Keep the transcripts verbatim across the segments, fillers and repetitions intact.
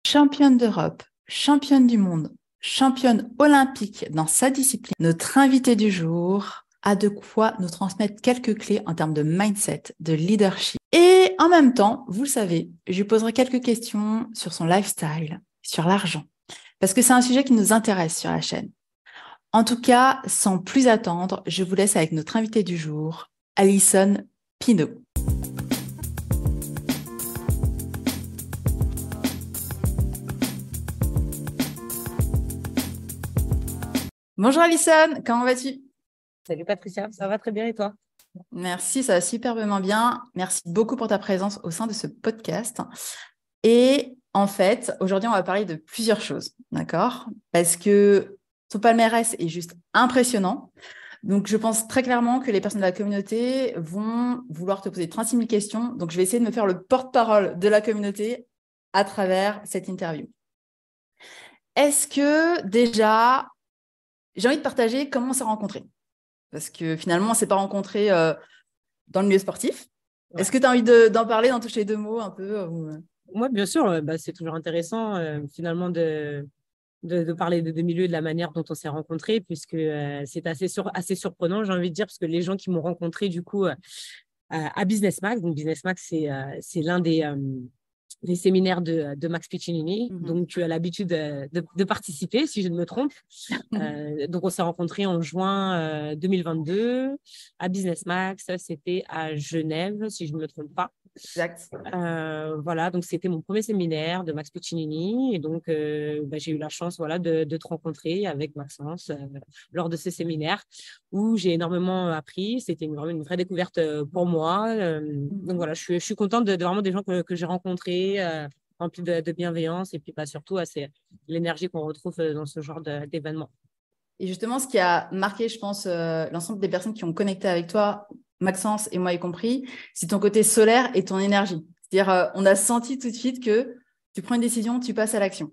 championne d'Europe, championne du monde, championne olympique dans sa discipline, notre invitée du jour a de quoi nous transmettre quelques clés en termes de mindset, de leadership. Et en même temps, vous le savez, je lui poserai quelques questions sur son lifestyle, sur l'argent, parce que c'est un sujet qui nous intéresse sur la chaîne. En tout cas, sans plus attendre, je vous laisse avec notre invitée du jour, Alison Pinault. Bonjour Alison, comment vas-tu? Salut Patricia, ça va très bien et toi? Merci, ça va superbement bien. Merci beaucoup pour ta présence au sein de ce podcast. Et en fait, aujourd'hui, on va parler de plusieurs choses, d'accord? Parce que ton palmarès est juste impressionnant. Donc, je pense très clairement que les personnes de la communauté vont vouloir te poser trente-six mille questions. Donc, je vais essayer de me faire le porte-parole de la communauté à travers cette interview. Est-ce que déjà, j'ai envie de partager comment on s'est rencontrés? Parce que finalement, on ne s'est pas rencontrés euh, dans le milieu sportif. Ouais. Est-ce que tu as envie de, d'en parler, d'en toucher deux mots un peu ou... Moi, bien sûr, bah, c'est toujours intéressant euh, finalement de, de, de parler de deux milieux, de la manière dont on s'est rencontrés, puisque euh, c'est assez, sur, assez surprenant, j'ai envie de dire, parce que les gens qui m'ont rencontré du coup euh, à Business Max, donc Business Max, c'est, euh, c'est l'un des... Euh, les séminaires de, de Max Piccinini, mm-hmm. donc tu as l'habitude de, de, de participer, si je ne me trompe. euh, donc, on s'est rencontrés en juin euh, deux mille vingt-deux à Business Max. C'était à Genève, si je ne me trompe pas. Exact. Euh, voilà, donc c'était mon premier séminaire de Max Piccinini. Et donc, euh, bah, j'ai eu la chance voilà, de, de te rencontrer avec Maxence euh, lors de ce séminaire où j'ai énormément appris. C'était une, vraiment une vraie découverte pour moi. Euh, mm-hmm. Donc, voilà, je suis, je suis contente de, de vraiment des gens que, que j'ai rencontrés. Euh, rempli de, de bienveillance et puis pas surtout c'est l'énergie qu'on retrouve dans ce genre de, d'événements. Et justement, ce qui a marqué, je pense, euh, l'ensemble des personnes qui ont connecté avec toi, Maxence et moi y compris, c'est ton côté solaire et ton énergie. C'est-à-dire, euh, on a senti tout de suite que tu prends une décision, tu passes à l'action.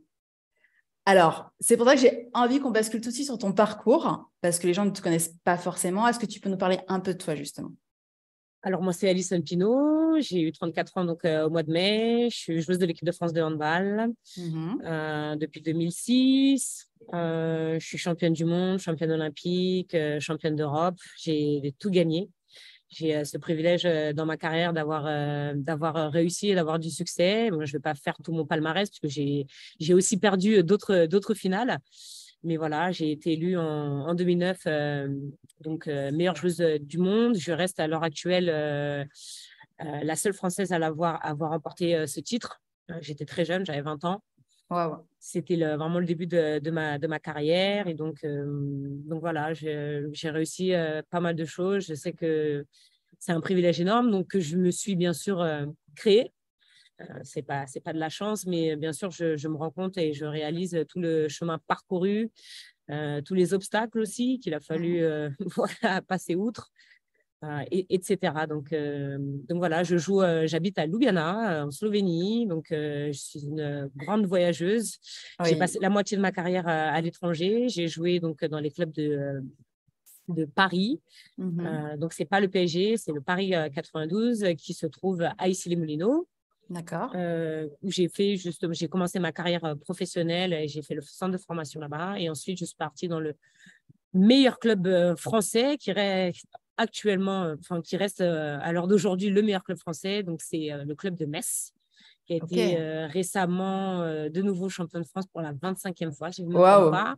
Alors, c'est pour ça que j'ai envie qu'on bascule tout de suite sur ton parcours, parce que les gens ne te connaissent pas forcément. Est-ce que tu peux nous parler un peu de toi, justement? Alors, moi, c'est Alison Pinault. J'ai eu trente-quatre ans donc, euh, au mois de mai. Je suis joueuse de l'équipe de France de handball mm-hmm. euh, depuis deux mille six. Euh, je suis championne du monde, championne olympique, euh, championne d'Europe. J'ai tout gagné. J'ai euh, ce privilège euh, dans ma carrière d'avoir euh, d'avoir réussi et d'avoir du succès. Moi, je ne vais pas faire tout mon palmarès parce que j'ai j'ai aussi perdu d'autres d'autres finales. Mais voilà, j'ai été élue en, en deux mille neuf euh, donc euh, meilleure joueuse du monde. Je reste à l'heure actuelle euh, euh, la seule Française à l'avoir à avoir remporté euh, ce titre. Euh, j'étais très jeune, j'avais vingt ans. Wow. C'était le, vraiment le début de, de, ma, de ma carrière. Et donc, euh, donc voilà, j'ai, j'ai réussi euh, pas mal de choses. Je sais que c'est un privilège énorme, donc que je me suis bien sûr euh, créée. Euh, c'est pas c'est pas de la chance, mais bien sûr je, je me rends compte et je réalise tout le chemin parcouru, euh, tous les obstacles aussi qu'il a fallu euh, voilà, passer outre, euh, et, etc. Donc euh, donc voilà, je joue, euh, j'habite à Ljubljana en Slovénie, donc euh, je suis une grande voyageuse. Oui. J'ai passé la moitié de ma carrière à, à l'étranger. J'ai joué donc dans les clubs de de Paris. Mm-hmm. Euh, donc c'est pas le P S G, c'est le Paris quatre-vingt-douze qui se trouve à Issy-les-Moulineaux. D'accord. Euh, où j'ai fait justement, j'ai commencé ma carrière professionnelle et j'ai fait le centre de formation là-bas. Et ensuite, je suis partie dans le meilleur club français qui reste actuellement, enfin, qui reste à l'heure d'aujourd'hui le meilleur club français. Donc, c'est le club de Metz, qui a été okay. euh, récemment euh, de nouveau champion de France pour la vingt-cinquième fois, si je ne me trompe pas.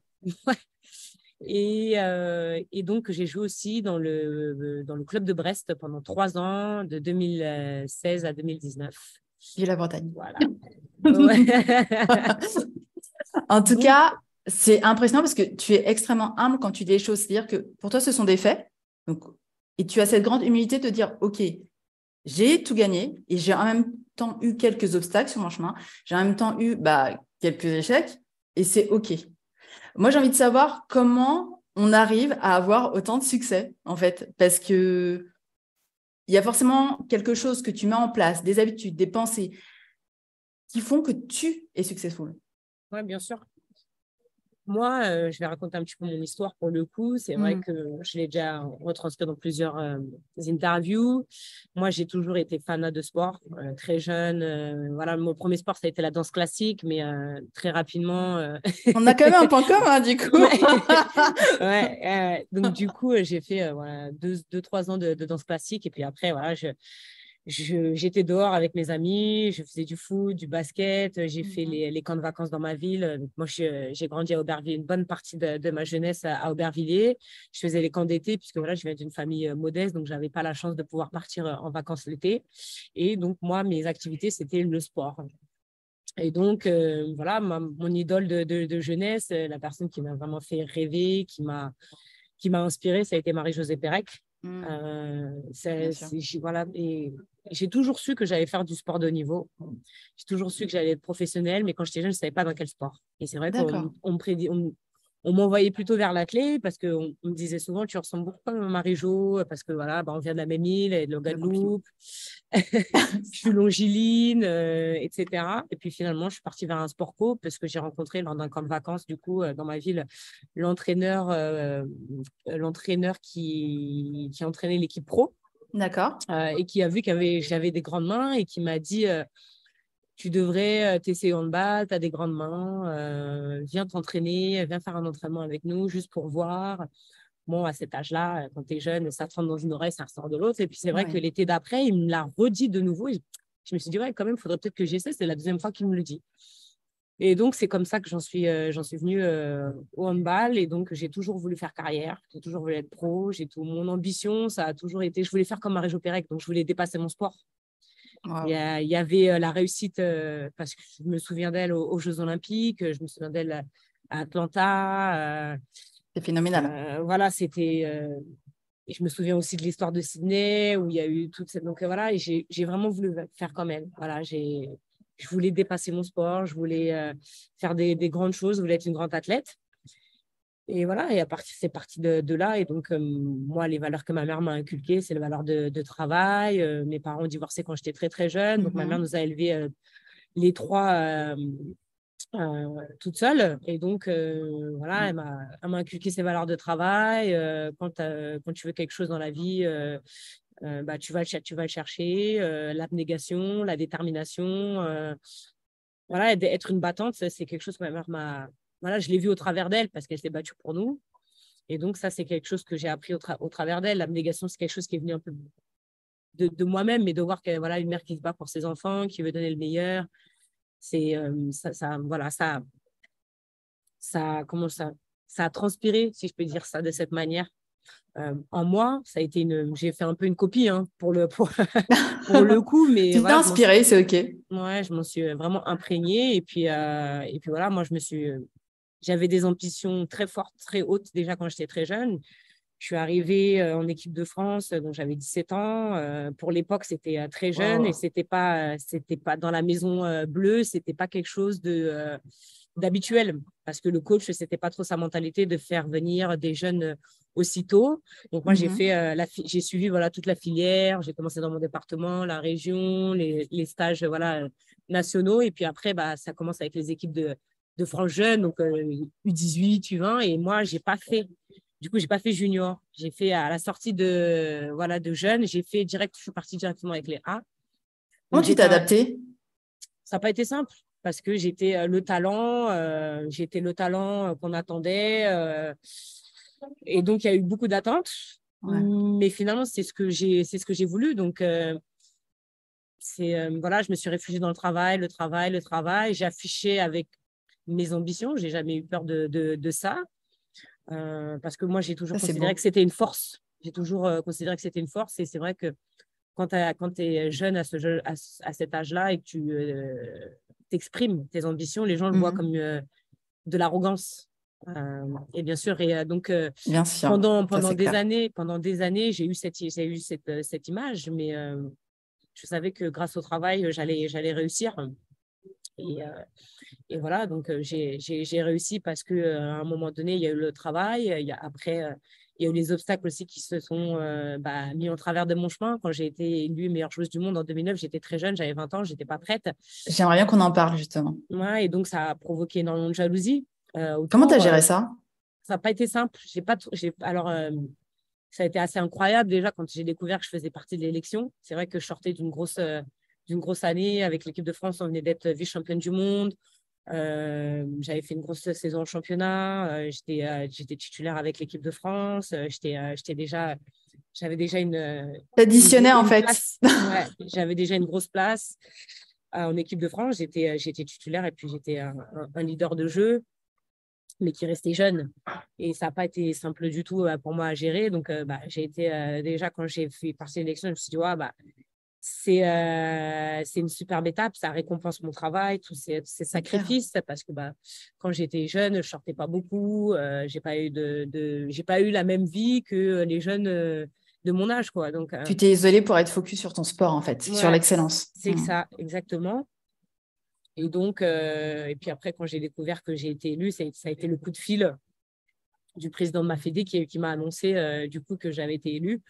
Et, euh, et donc, j'ai joué aussi dans le, dans le club de Brest pendant trois ans, de deux mille seize à deux mille dix-neuf. Vive la Bretagne. Voilà. Ouais. En tout donc, cas, c'est impressionnant parce que tu es extrêmement humble quand tu dis les choses. C'est-à-dire que pour toi, ce sont des faits. Donc, et tu as cette grande humilité de te dire, OK, j'ai tout gagné et j'ai en même temps eu quelques obstacles sur mon chemin. J'ai en même temps eu bah, quelques échecs et c'est OK. Moi, j'ai envie de savoir comment on arrive à avoir autant de succès, en fait, parce que il y a forcément quelque chose que tu mets en place, des habitudes, des pensées qui font que tu es successful. Oui, bien sûr. moi, euh, je vais raconter un petit peu mon histoire pour le coup. C'est vrai Mm. que je l'ai déjà retranscrit dans plusieurs euh, interviews. Moi, j'ai toujours été fanat de sport, euh, très jeune. Euh, voilà, mon premier sport, ça a été la danse classique, mais euh, très rapidement. euh, On a quand même un point commun, du coup. Ouais, ouais, euh, donc du coup, euh, j'ai fait euh, voilà, deux, deux, trois ans de, de danse classique. Et puis après, voilà, je, je, j'étais dehors avec mes amis, je faisais du foot, du basket, euh, j'ai fait Mhm. les, les camps de vacances dans ma ville. Donc, moi, je- j'ai grandi à Aubervilliers, une bonne partie de, de ma jeunesse à, à Aubervilliers. Je faisais les camps d'été, puisque voilà, je viens d'une famille euh, modeste, donc je n'avais pas la chance de pouvoir partir euh, en vacances l'été. Et donc, moi, mes activités, c'était le sport. Et donc, euh, voilà, ma- mon idole de, de, de jeunesse, euh, la personne qui m'a vraiment fait rêver, qui m'a qui m'a inspirée, ça a été Marie-Josée Pérec. Mm. Euh, Bien c'est, sûr. c'est- j'ai- voilà, et j'ai toujours su que j'allais faire du sport de haut niveau. J'ai toujours su que j'allais être professionnelle, mais quand j'étais jeune, je ne savais pas dans quel sport. Et c'est vrai D'accord. qu'on on me prédit, on, on m'envoyait plutôt vers l'athlé parce qu'on on me disait souvent, tu ressembles beaucoup à Marie-Jo, parce que voilà, bah, on vient de la même île, et de la Le compliment. Guadeloupe. Je suis longiligne, euh, et cetera. Et puis finalement, je suis partie vers un sport co parce que j'ai rencontré lors d'un camp de vacances, du coup, euh, dans ma ville, l'entraîneur, euh, l'entraîneur qui, qui entraînait l'équipe pro D'accord. euh, et qui a vu que j'avais des grandes mains et qui m'a dit euh, tu devrais euh, t'essayer en handball, tu as des grandes mains, euh, viens t'entraîner, viens faire un entraînement avec nous juste pour voir. Bon, à cet âge-là, quand tu es jeune, ça te rentre dans une oreille, ça ressort de l'autre. Et puis, c'est vrai que Ouais. l'été d'après, il me l'a redit de nouveau. Et je me suis dit, ouais, quand même, il faudrait peut-être que j'essaie. C'est la deuxième fois qu'il me le dit. Et donc, c'est comme ça que j'en suis, euh, j'en suis venue euh, au handball. Et donc, j'ai toujours voulu faire carrière. J'ai toujours voulu être pro. J'ai tout... Mon ambition, ça a toujours été, je voulais faire comme Marie-Jo Pérec. Donc, je voulais dépasser mon sport. Il y, Wow. a, il y avait euh, la réussite, euh, parce que je me souviens d'elle aux, aux Jeux Olympiques. Je me souviens d'elle à, à Atlanta. Euh, C'est phénoménal. euh, voilà, c'était... Euh, et je me souviens aussi de l'histoire de Sydney où il y a eu toute cette. Donc euh, voilà, et j'ai, j'ai vraiment voulu faire comme elle. Voilà, j'ai, je voulais dépasser mon sport, je voulais euh, faire des, des grandes choses, je voulais être une grande athlète. Et voilà, et à partir, c'est parti de, de là. Et donc, euh, moi, les valeurs que ma mère m'a inculquées, c'est les valeurs de, de travail. Euh, mes parents ont divorcé quand j'étais très, très jeune. Donc, ma mère Mhm. nous a élevés euh, les trois euh, euh, toute seule. Et donc, euh, voilà, Ouais. elle m'a, elle m'a inculqué ses valeurs de travail. Euh, quand, euh, quand tu veux quelque chose dans la vie, euh, euh, bah, tu, vas le, tu vas le chercher. Euh, l'abnégation, la détermination. Euh, voilà, être une battante, c'est quelque chose que ma mère m'a. Voilà, je l'ai vu au travers d'elle parce qu'elle s'est battue pour nous. Et donc, ça, c'est quelque chose que j'ai appris au, tra au travers d'elle. L'abnégation, c'est quelque chose qui est venu un peu de, de moi-même, mais de voir que, voilà, une mère qui se bat pour ses enfants, qui veut donner le meilleur. C'est euh, ça, ça, voilà, ça, ça, comment ça, ça a transpiré, si je peux dire ça de cette manière. Euh, en moi, ça a été une, j'ai fait un peu une copie hein, pour le pour, pour le coup, mais Tu t'es voilà, je m'en suis, inspiré, c'est OK. ouais, je m'en suis vraiment imprégnée et puis euh, et puis voilà, moi je me suis, j'avais des ambitions très fortes, très hautes déjà quand j'étais très jeune. Je suis arrivée euh, en équipe de France, donc j'avais dix-sept ans. Euh, pour l'époque, c'était euh, très jeune et Wow. c'était pas, euh, c'était pas dans la maison euh, bleue, c'était pas quelque chose de euh, d'habituel parce que le coach, c'était pas trop sa mentalité de faire venir des jeunes euh, aussitôt. Donc moi, j'ai Mhm. fait, euh, la j'ai suivi voilà toute la filière. J'ai commencé dans mon département, la région, les, les stages voilà nationaux et puis après, bah ça commence avec les équipes de de France Jeunes, donc euh, U dix-huit, U vingt et moi, j'ai pas fait du coup, j'ai pas fait junior. J'ai fait à la sortie de voilà de jeunes, j'ai fait direct. Je suis partie directement avec les A. Comment Donc tu t'es j'étais, un... adapté? ça n'a pas été simple parce que j'étais euh, le talent, euh, j'étais le talent euh, qu'on attendait, euh, et donc il y a eu beaucoup d'attentes. Ouais. Mais finalement, c'est ce que j'ai, c'est ce que j'ai voulu. Donc euh, c'est euh, voilà, je me suis réfugiée dans le travail, le travail, le travail. J'ai affiché avec mes ambitions. J'ai jamais eu peur de, de, de ça. Euh, parce que moi, j'ai toujours Ça, c'est considéré que beau. c'était une force. J'ai toujours euh, considéré que c'était une force. Et c'est vrai que quand tu es jeune à, ce jeu, à, à cet âge-là et que tu euh, t'exprimes tes ambitions, les gens le voient Mhm. comme euh, de l'arrogance. Euh, et bien sûr, et euh, donc euh, Bien sûr, pendant, ça, pendant c'est des clair. années, pendant des années, j'ai eu cette, j'ai eu cette, euh, cette image, mais euh, je savais que grâce au travail, j'allais, j'allais réussir. Et, euh, et voilà, donc euh, j'ai, j'ai, j'ai réussi parce que euh, à un moment donné, il y a eu le travail. Il y a, après, euh, il y a eu les obstacles aussi qui se sont euh, bah, mis en travers de mon chemin. Quand j'ai été élue meilleure joueuse du monde en deux mille neuf, j'étais très jeune, j'avais vingt ans, je n'étais pas prête. J'aimerais bien qu'on en parle, justement. Ouais, et donc, ça a provoqué énormément de jalousie. euh, Comment tu as autour. géré Euh, ça? ça n'a pas été simple. J'ai pas, tr- j'ai, alors, euh, ça a été assez incroyable déjà quand j'ai découvert que je faisais partie de l'élection. C'est vrai que je sortais d'une grosse, euh, d'une grosse année avec l'équipe de France. On venait d'être vice-championne du monde. Euh, j'avais fait une grosse saison en championnat. Euh, j'étais, euh, j'étais titulaire avec l'équipe de France. Euh, j'étais, euh, j'étais déjà, j'avais déjà une, euh, une, T'additionnais gro- en une fait. place. Ouais, j'avais déjà une grosse place euh, en équipe de France. J'étais, euh, j'étais titulaire et puis j'étais un, un- un leader de jeu, mais qui restait jeune. Et ça n'a pas été simple du tout euh, pour moi à gérer. Donc, euh, bah, j'ai été euh, déjà, quand j'ai fait partie de l'élection, je me suis dit, ouais, bah, c'est euh, c'est une superbe étape, ça récompense mon travail, tous ces, ces C'est clair. sacrifices, parce que bah, quand j'étais jeune, je sortais pas beaucoup, euh, j'ai pas eu de, de j'ai pas eu la même vie que les jeunes euh, de mon âge, quoi. Donc, euh, Tu t'es isolé pour être focus sur ton sport, en fait, sur ouais, l'excellence. c'est que Hmm. ça, exactement. Et donc, euh, et puis après, quand j'ai découvert que j'ai été élue, ça, ça a été le coup de fil du président de ma fédé qui, qui m'a annoncé euh, du coup que j'avais été élue.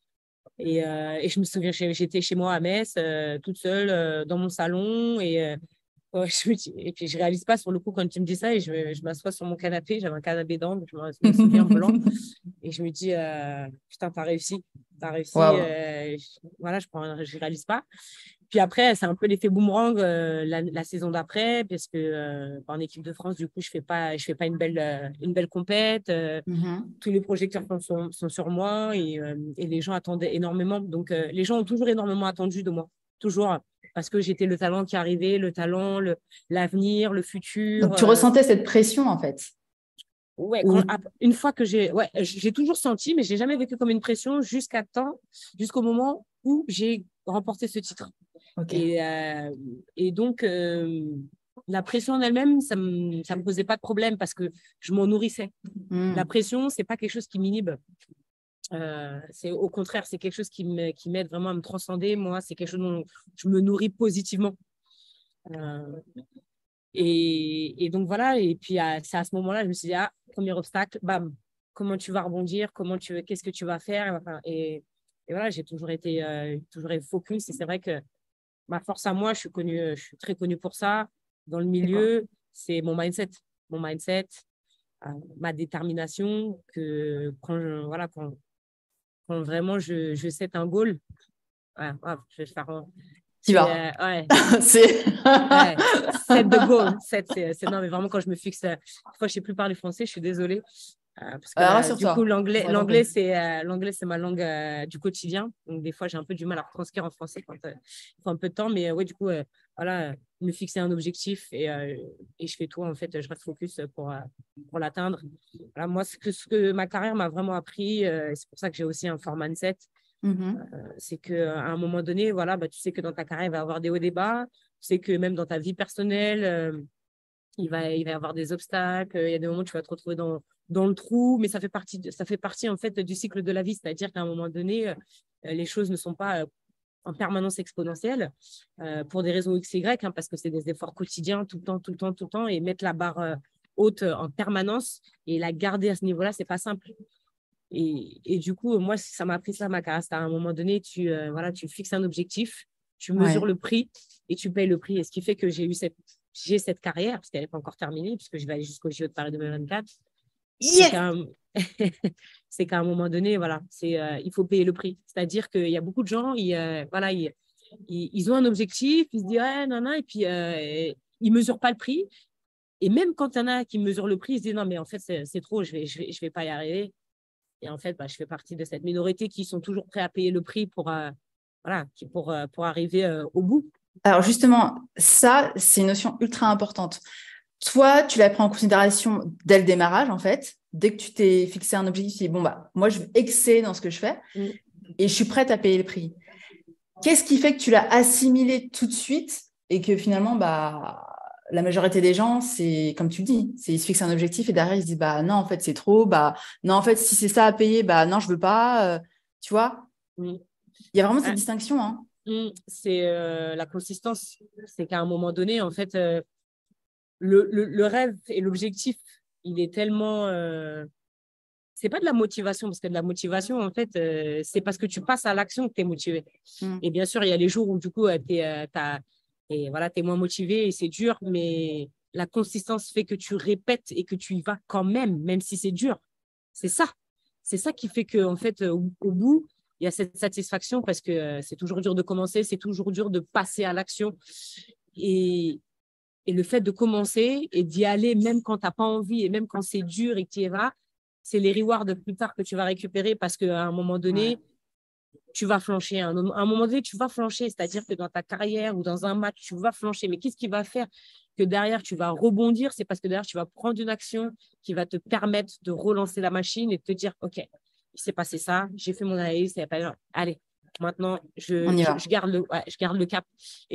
Et, euh, et je me souviens, j'étais chez moi à Metz, euh, toute seule, euh, dans mon salon. Et, euh, ouais, je me dis- et puis, je réalise pas sur le coup quand tu me dis ça. Et je, je m'assois sur mon canapé. J'avais un canapé d'angle, je me, je me souviens, blanc. Et je me dis, euh, putain, t'as réussi. T'as réussi. Waouh. Euh, je- voilà, je ne je réalise pas. Puis après, c'est un peu l'effet boomerang euh, la, la saison d'après, parce que euh, en équipe de France, du coup, je ne fais pas, je fais pas une belle, euh, une belle compète. Euh, Mhm. tous les projecteurs sont, sont sur moi et, euh, et les gens attendaient énormément. Donc, euh, les gens ont toujours énormément attendu de moi. Toujours. Parce que j'étais le talent qui arrivait, le talent, le, l'avenir, le futur. Donc, tu euh, ressentais cette pression, en fait. ouais, quand, Ou... une fois que j'ai. Ouais, j'ai toujours senti, mais je n'ai jamais vécu comme une pression jusqu'à temps, jusqu'au moment où j'ai remporté ce titre. Ok. Et, euh, et donc, euh, la pression en elle-même, ça ne me, ça me posait pas de problème parce que je m'en nourrissais. La Hmm. pression, c'est pas quelque chose qui m'inhibe. Euh, c'est au contraire, c'est quelque chose qui me, qui m'aide vraiment à me transcender. Moi, c'est quelque chose dont je me nourris positivement. Euh, et, et donc voilà. Et puis à- c'est à ce moment-là, je me suis dit, ah, premier obstacle, bam, comment tu vas rebondir, comment tu, qu'est-ce que tu vas faire. Enfin, et, et voilà, j'ai toujours été, euh, toujours été focus. Et c'est vrai que ma force à moi, je suis connue, je suis très connue pour ça. Dans le C'est quoi? milieu, c'est mon mindset, mon mindset, euh, ma détermination. Que quand je, voilà, quand, quand vraiment je, je set un goal, ouais, ouais, je vais faire. un- Tu C'est vas. euh, ouais, C'est... ouais, set the goal. Set, c'est, c'est non, mais vraiment quand je me fixe. Euh, Parfois, je sais plus parler français, je suis désolée. Euh, parce que Euh, là, du coup, rassure-toi, ça l'anglais, sera l'anglais, compris. c'est, euh, l'anglais, c'est ma langue euh, du quotidien. Donc, des fois, j'ai un peu du mal à retranscrire en français quand euh, il faut un peu de temps. Mais euh, ouais, du coup, euh, voilà, euh, me fixer un objectif et, euh, et je fais tout. En fait, je reste focus pour, euh, pour l'atteindre. Voilà, moi, ce que, ce que ma carrière m'a vraiment appris, euh, c'est pour ça que j'ai aussi un fort mindset, Mhm. c'est qu'à un moment donné, voilà, bah, tu sais que dans ta carrière, il va y avoir des hauts et des bas. Tu sais que même dans ta vie personnelle, euh, il va, il va y avoir des obstacles, il y a des moments où tu vas te retrouver dans, dans le trou, mais ça fait partie, de- ça fait partie en fait du cycle de la vie, c'est-à-dire qu'à un moment donné, euh, les choses ne sont pas euh, en permanence exponentielle euh, pour des raisons X et Y, hein, parce que c'est des efforts quotidiens tout le temps, tout le temps, tout le temps, et mettre la barre euh, haute euh, en permanence et la garder à ce niveau-là, c'est pas simple. Et, et du coup, moi, ça m'a appris ça, ma carrière. À un moment donné, tu, euh, voilà, tu fixes un objectif, tu mesures Ouais. le prix et tu payes le prix. Et ce qui fait que j'ai eu cette, j'ai cette carrière, parce qu'elle n'est pas encore terminée, puisque je vais aller jusqu'au J O de Paris deux mille vingt-quatre, c'est Yes! qu'à un, c'est qu'à un moment donné, voilà, c'est, euh, il faut payer le prix. C'est-à-dire qu'il y a beaucoup de gens, ils, euh, voilà, ils, ils, ils ont un objectif, ils se disent, ouais, non, non, et puis euh, ils ne mesurent pas le prix. Et même quand il y en a qui mesurent le prix, ils se disent, non, mais en fait, c'est, c'est trop, je ne vais, je vais, je vais pas y arriver. Et en fait, bah, je fais partie de cette minorité qui sont toujours prêts à payer le prix pour, euh, voilà, qui, pour, euh, pour arriver euh, au bout. Alors justement, ça, c'est une notion ultra importante. Toi, tu l'as pris en considération dès le démarrage, en fait. Dès que tu t'es fixé un objectif, tu dis, bon, bah, moi, je veux exceller dans ce que je fais Mm. et je suis prête à payer le prix. Qu'est-ce qui fait que tu l'as assimilé tout de suite et que finalement, bah, la majorité des gens, c'est comme tu le dis, c'est ils se fixent un objectif et derrière ils se disent bah non en fait c'est trop, bah non en fait si c'est ça à payer, bah non je veux pas, euh, tu vois. Mm. Il y a vraiment cette Ah, distinction, hein. mm. C'est euh, la consistance. C'est qu'à un moment donné, en fait, euh, le, le, le rêve et l'objectif, il est tellement. Euh, c'est pas de la motivation, parce que de la motivation, en fait, euh, c'est parce que tu passes à l'action que tu es motivé. Mm. Et bien sûr, il y a les jours où, du coup, tu es, euh, et voilà, tu es moins motivé et c'est dur, mais la consistance fait que tu répètes et que tu y vas quand même, même si c'est dur. C'est ça. C'est ça qui fait qu'en fait, au, au bout, il y a cette satisfaction parce que euh, c'est toujours dur de commencer, c'est toujours dur de passer à l'action. Et, et le fait de commencer et d'y aller, même quand tu n'as pas envie et même quand c'est dur et que tu y vas, c'est les rewards de plus tard que tu vas récupérer parce qu'à un moment donné, ouais. tu vas flancher. À un, à un moment donné, tu vas flancher. C'est-à-dire que dans ta carrière ou dans un match, tu vas flancher. Mais qu'est-ce qui va faire que derrière, tu vas rebondir? C'est parce que derrière, tu vas prendre une action qui va te permettre de relancer la machine et de te dire, OK, il s'est passé ça, j'ai fait mon analyse, c'est pas... allez, maintenant, je, je, je, garde le, ouais, je garde le cap.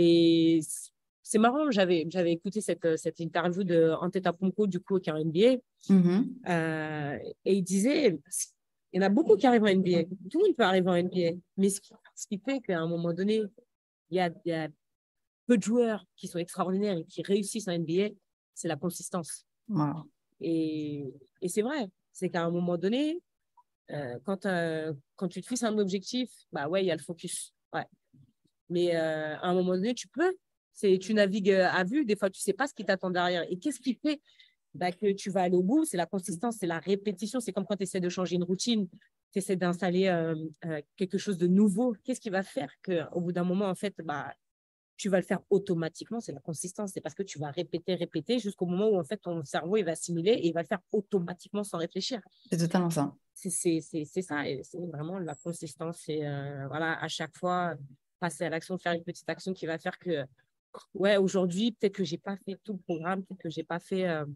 Et c'est marrant, j'avais, j'avais écouté cette, cette interview de Antetokounmpo, du coup, qui est en N B A. Mm-hmm. Euh, et il disait, il y en a beaucoup qui arrivent en N B A. Tout le monde peut arriver en N B A. Mais ce qui, ce qui fait qu'à un moment donné, il y a, il y a peu de joueurs qui sont extraordinaires et qui réussissent en N B A, c'est la consistance. Wow. Et, et c'est vrai, c'est qu'à un moment donné, euh, quand, euh, quand tu te fixes un objectif, bah ouais, il y a le focus. Ouais. Mais euh, à un moment donné, tu peux. C'est, tu navigues à vue, des fois, tu ne sais pas ce qui t'attend derrière. Et qu'est-ce qui fait bah, que tu vas aller au bout? C'est la consistance, c'est la répétition. C'est comme quand tu essaies de changer une routine, tu essaies d'installer euh, euh, quelque chose de nouveau. Qu'est-ce qui va faire qu'au bout d'un moment, en fait, bah, tu vas le faire automatiquement? C'est la consistance. C'est parce que tu vas répéter, répéter jusqu'au moment où en fait ton cerveau il va assimiler et il va le faire automatiquement sans réfléchir. C'est totalement ça. C'est, c'est, c'est, c'est ça. Et c'est vraiment la consistance. C'est euh, voilà, à chaque fois passer à l'action, faire une petite action qui va faire que ouais, aujourd'hui, peut-être que j'ai pas fait tout le programme, peut-être que j'ai pas fait, euh,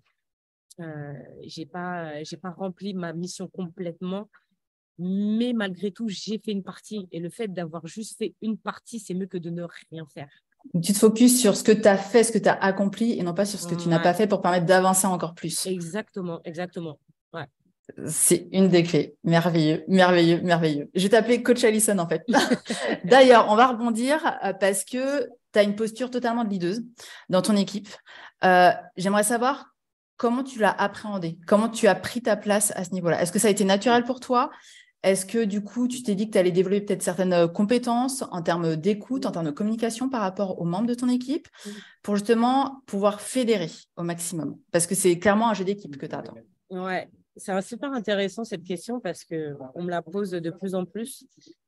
euh, j'ai pas, j'ai pas rempli ma mission complètement. Mais malgré tout, j'ai fait une partie. Et le fait d'avoir juste fait une partie, c'est mieux que de ne rien faire. Tu te focuses sur ce que tu as fait, ce que tu as accompli et non pas sur ce que tu ouais. n'as pas fait pour permettre d'avancer encore plus. Exactement, exactement. Ouais. C'est une des clés. Merveilleux, merveilleux, merveilleux. Je vais t'appeler Coach Alison en fait. D'ailleurs, on va rebondir parce que tu as une posture totalement de leaduse dans ton équipe. Euh, j'aimerais savoir comment tu l'as appréhendé, comment tu as pris ta place à ce niveau-là. Est-ce que ça a été naturel pour toi ? Est-ce que du coup, tu t'es dit que tu allais développer peut-être certaines compétences en termes d'écoute, en termes de communication par rapport aux membres de ton équipe pour justement pouvoir fédérer au maximum? Parce que c'est clairement un jeu d'équipe que tu attends. Ouais, c'est super intéressant cette question parce qu'on me la pose de plus en plus.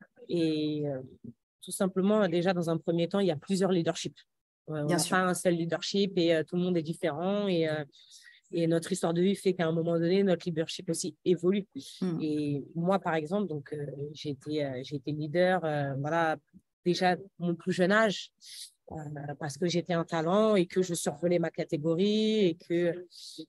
Et euh, tout simplement, déjà, dans un premier temps, il y a plusieurs leaderships. Euh, on n'a pas un seul leadership et euh, tout le monde est différent. Et, euh, et notre histoire de vie fait qu'à un moment donné, notre leadership aussi évolue. Mmh. Et moi, par exemple, donc, euh, j'ai été, euh, j'ai été leader, euh, voilà, déjà mon plus jeune âge, euh, parce que j'étais un talent et que je survolais ma catégorie. Et, que...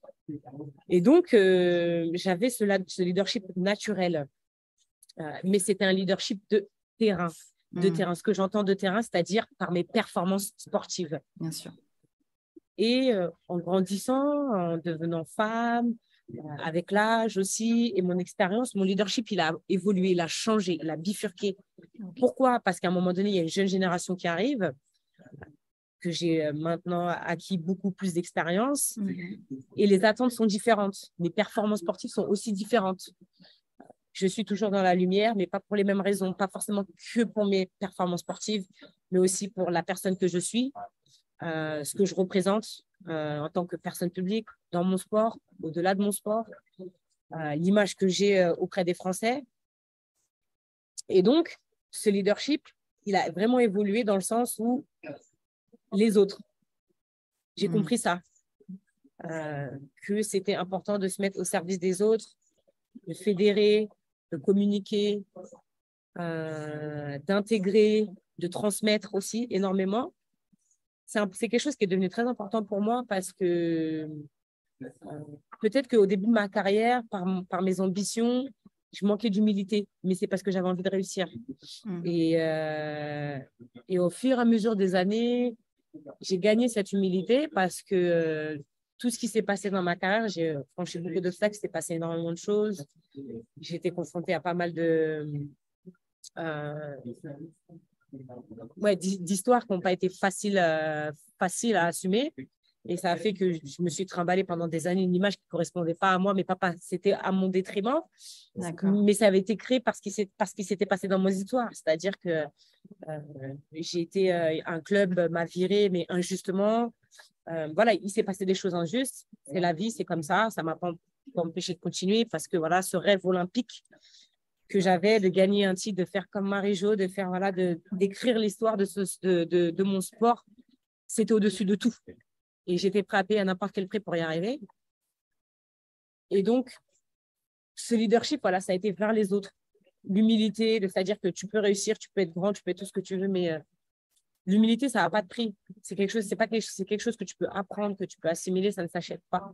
et donc, euh, j'avais ce, ce leadership naturel. Euh, mais c'était un leadership de terrain. De mmh. terrain. Ce que j'entends de terrain, c'est-à-dire par mes performances sportives. Bien sûr. Et euh, en grandissant, en devenant femme, euh, avec l'âge aussi, et mon expérience, mon leadership, il a évolué, il a changé, il a bifurqué. Pourquoi ? Parce qu'à un moment donné, il y a une jeune génération qui arrive, que j'ai maintenant acquis beaucoup plus d'expérience, mmh. et les attentes sont différentes. Mes performances sportives sont aussi différentes. Je suis toujours dans la lumière, mais pas pour les mêmes raisons, pas forcément que pour mes performances sportives, mais aussi pour la personne que je suis. Euh, ce que je représente euh, en tant que personne publique dans mon sport, au-delà de mon sport, euh, l'image que j'ai euh, auprès des Français. Et donc, ce leadership, il a vraiment évolué dans le sens où les autres, j'ai mmh. compris ça, euh, que c'était important de se mettre au service des autres, de fédérer, de communiquer, euh, d'intégrer, de transmettre aussi énormément. C'est, un, c'est quelque chose qui est devenu très important pour moi parce que euh, peut-être qu'au début de ma carrière, par, par mes ambitions, je manquais d'humilité, mais c'est parce que j'avais envie de réussir. Mmh. Et, euh, et au fur et à mesure des années, j'ai gagné cette humilité parce que euh, tout ce qui s'est passé dans ma carrière, j'ai franchi beaucoup d'obstacles, il s'est passé énormément de choses. J'ai été confrontée à pas mal de... Euh, ouais, d'histoires qui n'ont pas été faciles, euh, faciles à assumer. Et ça a fait que je me suis trimballée pendant des années une image qui ne correspondait pas à moi, mais pas, c'était à mon détriment. D'accord. Mais ça avait été créé parce qu'il, s'est, parce qu'il s'était passé dans mon histoire. C'est-à-dire que euh, j'ai été, euh, un club m'a viré, mais injustement. Euh, voilà, il s'est passé des choses injustes. C'est la vie, c'est comme ça. Ça ne m'a pas empêché de continuer parce que voilà, ce rêve olympique que j'avais de gagner un titre, de faire comme Marie-Jo, de faire voilà, de d'écrire l'histoire de, ce, de, de, de mon sport, c'était au-dessus de tout. Et j'étais prêt à payer à n'importe quel prix pour y arriver. Et donc, ce leadership, voilà, ça a été vers les autres. L'humilité, c'est-à-dire que tu peux réussir, tu peux être grand, tu peux être tout ce que tu veux, mais euh, l'humilité, ça n'a pas de prix. C'est quelque chose, c'est pas quelque, c'est quelque chose que tu peux apprendre, que tu peux assimiler, ça ne s'achète pas.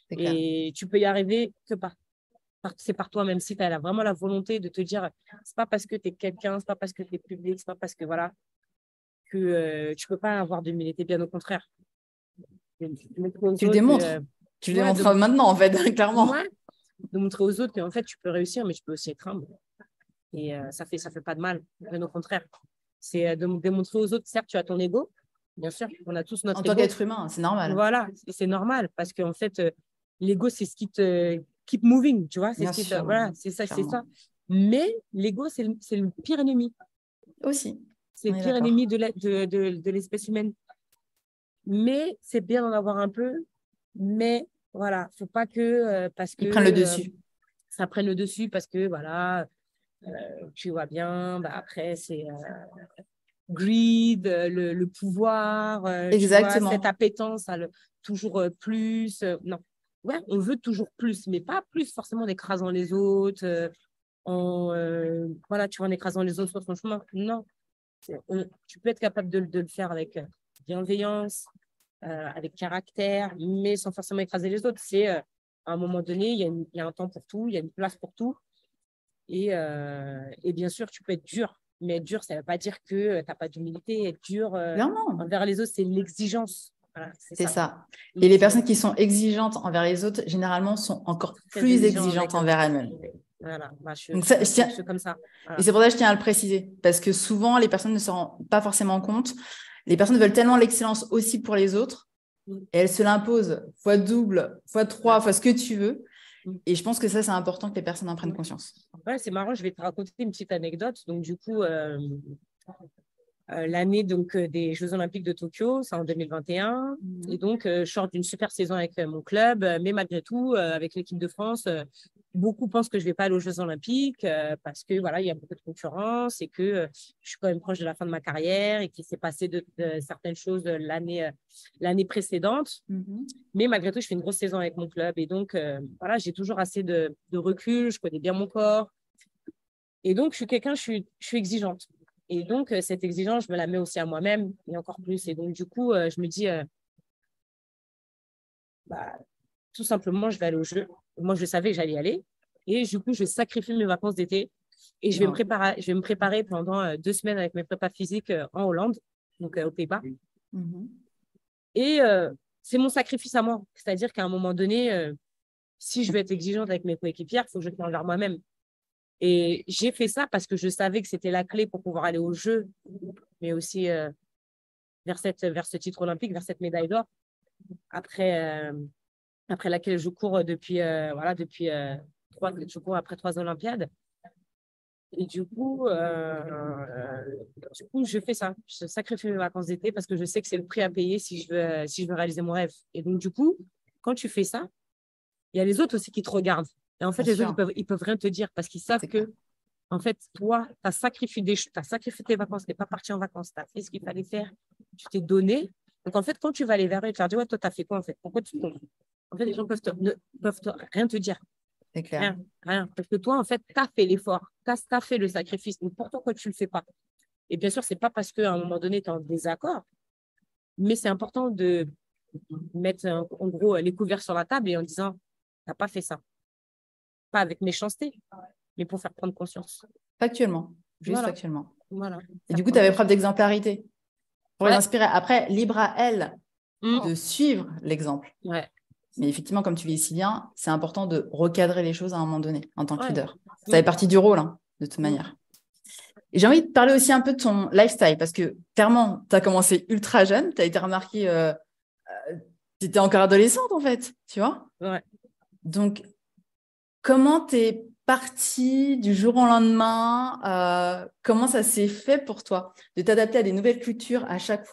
Et tu peux y arriver que par, par c'est par toi, même si tu as vraiment la volonté de te dire, c'est pas parce que tu es quelqu'un, c'est pas parce que tu es public, c'est pas parce que voilà, que euh, tu peux pas avoir d'humilité, bien au contraire. Tu le démontres. Que, euh, tu le ouais, démontres de... maintenant, en fait, clairement. Ouais, de montrer aux autres qu'en fait, tu peux réussir, mais tu peux aussi être humble. Et euh, ça fait, ça fait pas de mal, bien au contraire. C'est euh, de démontrer aux autres, certes, tu as ton ego, bien sûr, on a tous notre en ego. En tant qu'être humain, c'est normal. Voilà, c'est normal, parce qu'en fait, euh, l'ego, c'est ce qui te keep moving, tu vois, c'est ce qui te, voilà, c'est ça, c'est ça. Mais l'ego, c'est le, c'est le pire ennemi. Aussi. C'est le pire ennemi de, la, de, de, de l'espèce humaine. Mais c'est bien d'en avoir un peu, mais voilà, faut pas que euh, parce que ils prennent le dessus. Euh, ça prenne le dessus parce que voilà, euh, tu vois bien, bah, après c'est euh, greed, le, le pouvoir, euh, exactement. Tu vois, cette appétence à le, toujours euh, plus. Euh, non, ouais, on veut toujours plus, mais pas plus forcément en écrasant les autres, euh, en euh, voilà, tu vois, en écrasant les autres sur ton chemin. Non, on, tu peux être capable de, de le faire avec bienveillance, euh, avec caractère, mais sans forcément écraser les autres. C'est euh, à un moment donné, il y, a une, il y a un temps pour tout, il y a une place pour tout. Et, euh, et bien sûr, tu peux être dur. Mais être dur, ça ne veut pas dire que tu n'as pas d'humilité. Être dur euh, envers les autres, c'est l'exigence. Voilà, c'est c'est ça. ça. Et les personnes qui sont exigeantes envers les autres, généralement, sont encore Très plus exigeantes envers elles-mêmes. Voilà, bah, je, Donc ça, je, je tiens... je suis comme ça. Voilà. Et c'est pour ça que je tiens à le préciser. Parce que souvent, les personnes ne se rendent pas forcément compte. Les personnes veulent tellement l'excellence aussi pour les autres. Mm. Et elles se l'imposent fois double, fois trois, ouais. fois ce que tu veux. Mm. Et je pense que ça, c'est important que les personnes en prennent mm. conscience. Ouais, c'est marrant. Je vais te raconter une petite anecdote. Donc, du coup... Euh... Euh, l'année donc euh, des Jeux Olympiques de Tokyo, c'est en deux mille vingt et un. Mmh. Et donc, euh, je sors d'une super saison avec euh, mon club, euh, mais malgré tout, euh, avec l'équipe de France, euh, beaucoup pensent que je ne vais pas aller aux Jeux Olympiques euh, parce que voilà, il y a beaucoup de concurrence et que euh, je suis quand même proche de la fin de ma carrière et qu'il s'est passé de, de certaines choses l'année euh, l'année précédente. Mmh. Mais malgré tout, je fais une grosse saison avec mon club et donc euh, voilà, j'ai toujours assez de, de recul, je connais bien mon corps. Et donc, je suis quelqu'un, je suis, je suis exigeante. Et donc, euh, cette exigence, je me la mets aussi à moi-même et encore plus. Et donc, du coup, euh, je me dis, euh, bah, tout simplement, je vais aller au jeu. Moi, je savais que j'allais y aller. Et du coup, je sacrifie mes vacances d'été et je vais, me préparer, je vais me préparer pendant euh, deux semaines avec mes prépas physiques euh, en Hollande, donc euh, aux Pays-Bas. Mm-hmm. Et euh, c'est mon sacrifice à moi. C'est-à-dire qu'à un moment donné, euh, si je veux être exigeante avec mes coéquipières, il faut que je me tourne vers moi-même. Et j'ai fait ça parce que je savais que c'était la clé pour pouvoir aller au jeu, mais aussi euh, vers, cette, vers ce titre olympique, vers cette médaille d'or, après, euh, après laquelle je cours depuis, euh, voilà, depuis euh, trois, je cours après trois Olympiades. Et du coup, euh, euh, du coup, je fais ça. Je sacrifie mes vacances d'été parce que je sais que c'est le prix à payer si je veux, si je veux réaliser mon rêve. Et donc, du coup, quand tu fais ça, il y a les autres aussi qui te regardent. Et en fait, Bien les sûr. autres, ils peuvent, ils peuvent rien te dire parce qu'ils savent c'est que, clair. En fait, toi, tu as sacrifié, des, t'as sacrifié tes vacances, tu n'es pas parti en vacances, tu as fait ce qu'il fallait faire, tu t'es donné. Donc, en fait, quand tu vas aller vers eux, tu vas dire, ouais, toi, tu as fait quoi, en fait? Pourquoi tu te trompes? En fait, les gens peuvent, te, ne peuvent te, rien te dire. C'est clair. Rien, rien. Parce que toi, en fait, tu as fait l'effort, tu as fait le sacrifice. Donc, pourquoi tu ne le fais pas? Et bien sûr, ce n'est pas parce qu'à un moment donné, tu es en désaccord, mais c'est important de mettre, en gros, les couverts sur la table et en disant, tu n'as pas fait ça. Pas avec méchanceté, mais pour faire prendre conscience. Factuellement, juste voilà. factuellement. Voilà. Et du coup, tu avais preuve d'exemplarité pour ouais. les inspirer. Après, libre à elles mmh. de suivre l'exemple. Ouais. Mais effectivement, comme tu le dis si bien, c'est important de recadrer les choses à un moment donné en tant que ouais. leader. Ça mmh. fait partie du rôle, hein, de toute mmh. manière. Et j'ai envie de parler aussi un peu de ton lifestyle parce que clairement, tu as commencé ultra jeune, tu as été remarquée, euh, euh, tu étais encore adolescente en fait, tu vois. Ouais. Donc, comment tu es partie du jour au lendemain euh, comment ça s'est fait pour toi de t'adapter à des nouvelles cultures à chaque fois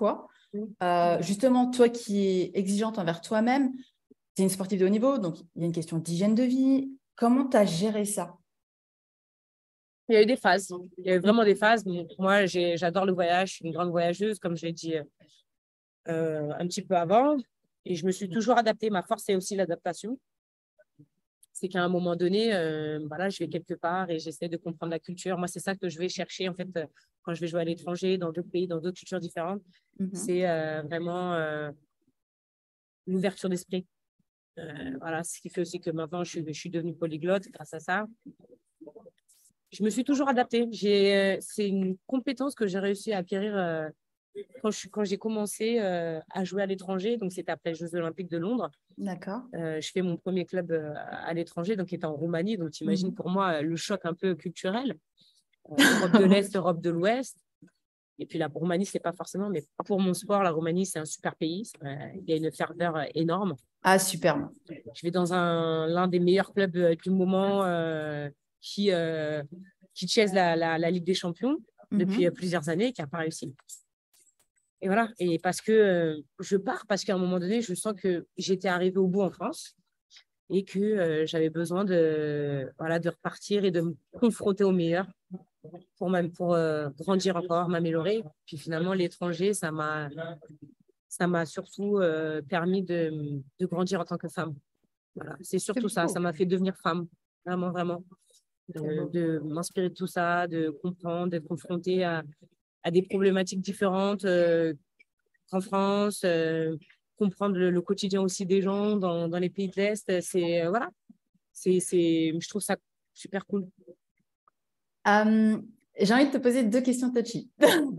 Euh, justement, toi qui es exigeante envers toi-même, tu es une sportive de haut niveau, donc il y a une question d'hygiène de vie. Comment tu as géré ça? Il y a eu des phases. Il y a eu vraiment des phases. Moi, j'adore le voyage. Je suis une grande voyageuse, comme je l'ai dit euh, un petit peu avant. Et je me suis toujours adaptée. Ma force, c'est aussi l'adaptation. C'est qu'à un moment donné, euh, voilà, je vais quelque part et j'essaie de comprendre la culture. Moi, c'est ça que je vais chercher, en fait, euh, quand je vais jouer à l'étranger, dans d'autres pays, dans d'autres cultures différentes. Mm-hmm. C'est euh, vraiment euh, l'ouverture d'esprit. Euh, voilà, ce qui fait aussi que maintenant, je suis, je suis devenue polyglotte grâce à ça. Je me suis toujours adaptée. Euh, c'est une compétence que j'ai réussi à acquérir euh, quand, je, quand j'ai commencé euh, à jouer à l'étranger. Donc, c'était après les Jeux Olympiques de Londres. D'accord. Euh, je fais mon premier club euh, à l'étranger, donc qui était en Roumanie. Donc, tu imagines mmh. pour moi le choc un peu culturel. Euh, Europe de l'Est, Europe de l'Ouest. Et puis, la Roumanie, ce n'est pas forcément, mais pour mon sport, la Roumanie, c'est un super pays. Euh, il y a une ferveur énorme. Ah, superbe. Je vais dans un, l'un des meilleurs clubs euh, du moment euh, qui, euh, qui chaise la, la, la Ligue des Champions mmh. depuis euh, plusieurs années et qui n'a pas réussi. Et voilà. Et parce que euh, je pars, parce qu'à un moment donné, je sens que j'étais arrivée au bout en France et que euh, j'avais besoin de, voilà, de repartir et de me confronter au meilleur pour, même, pour euh, grandir encore, m'améliorer. Puis finalement, l'étranger, ça m'a, ça m'a surtout euh, permis de, de grandir en tant que femme. Voilà. C'est surtout ça. Ça m'a fait devenir femme. Vraiment, vraiment. De, de m'inspirer de tout ça, de comprendre, d'être confrontée à, à des problématiques différentes euh, en France, euh, comprendre le, le quotidien aussi des gens dans, dans les pays de l'Est. C'est, euh, voilà. C'est, c'est, je trouve ça super cool. Um, j'ai envie de te poser deux questions touchy.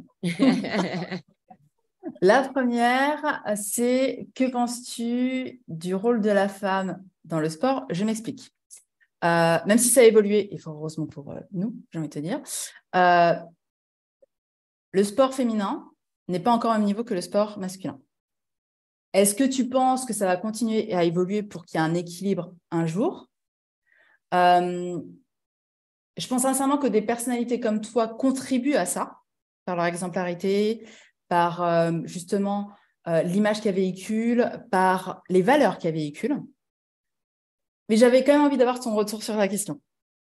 La première, c'est que penses-tu du rôle de la femme dans le sport? Je m'explique. Euh, même si ça a évolué, et fort heureusement pour euh, nous, j'ai envie de te dire, euh, le sport féminin n'est pas encore au même niveau que le sport masculin. Est-ce que tu penses que ça va continuer à évoluer pour qu'il y ait un équilibre un jour? euh, Je pense sincèrement que des personnalités comme toi contribuent à ça, par leur exemplarité, par euh, justement euh, l'image qu'elles véhiculent, par les valeurs qu'elles véhiculent. Mais j'avais quand même envie d'avoir ton retour sur la question.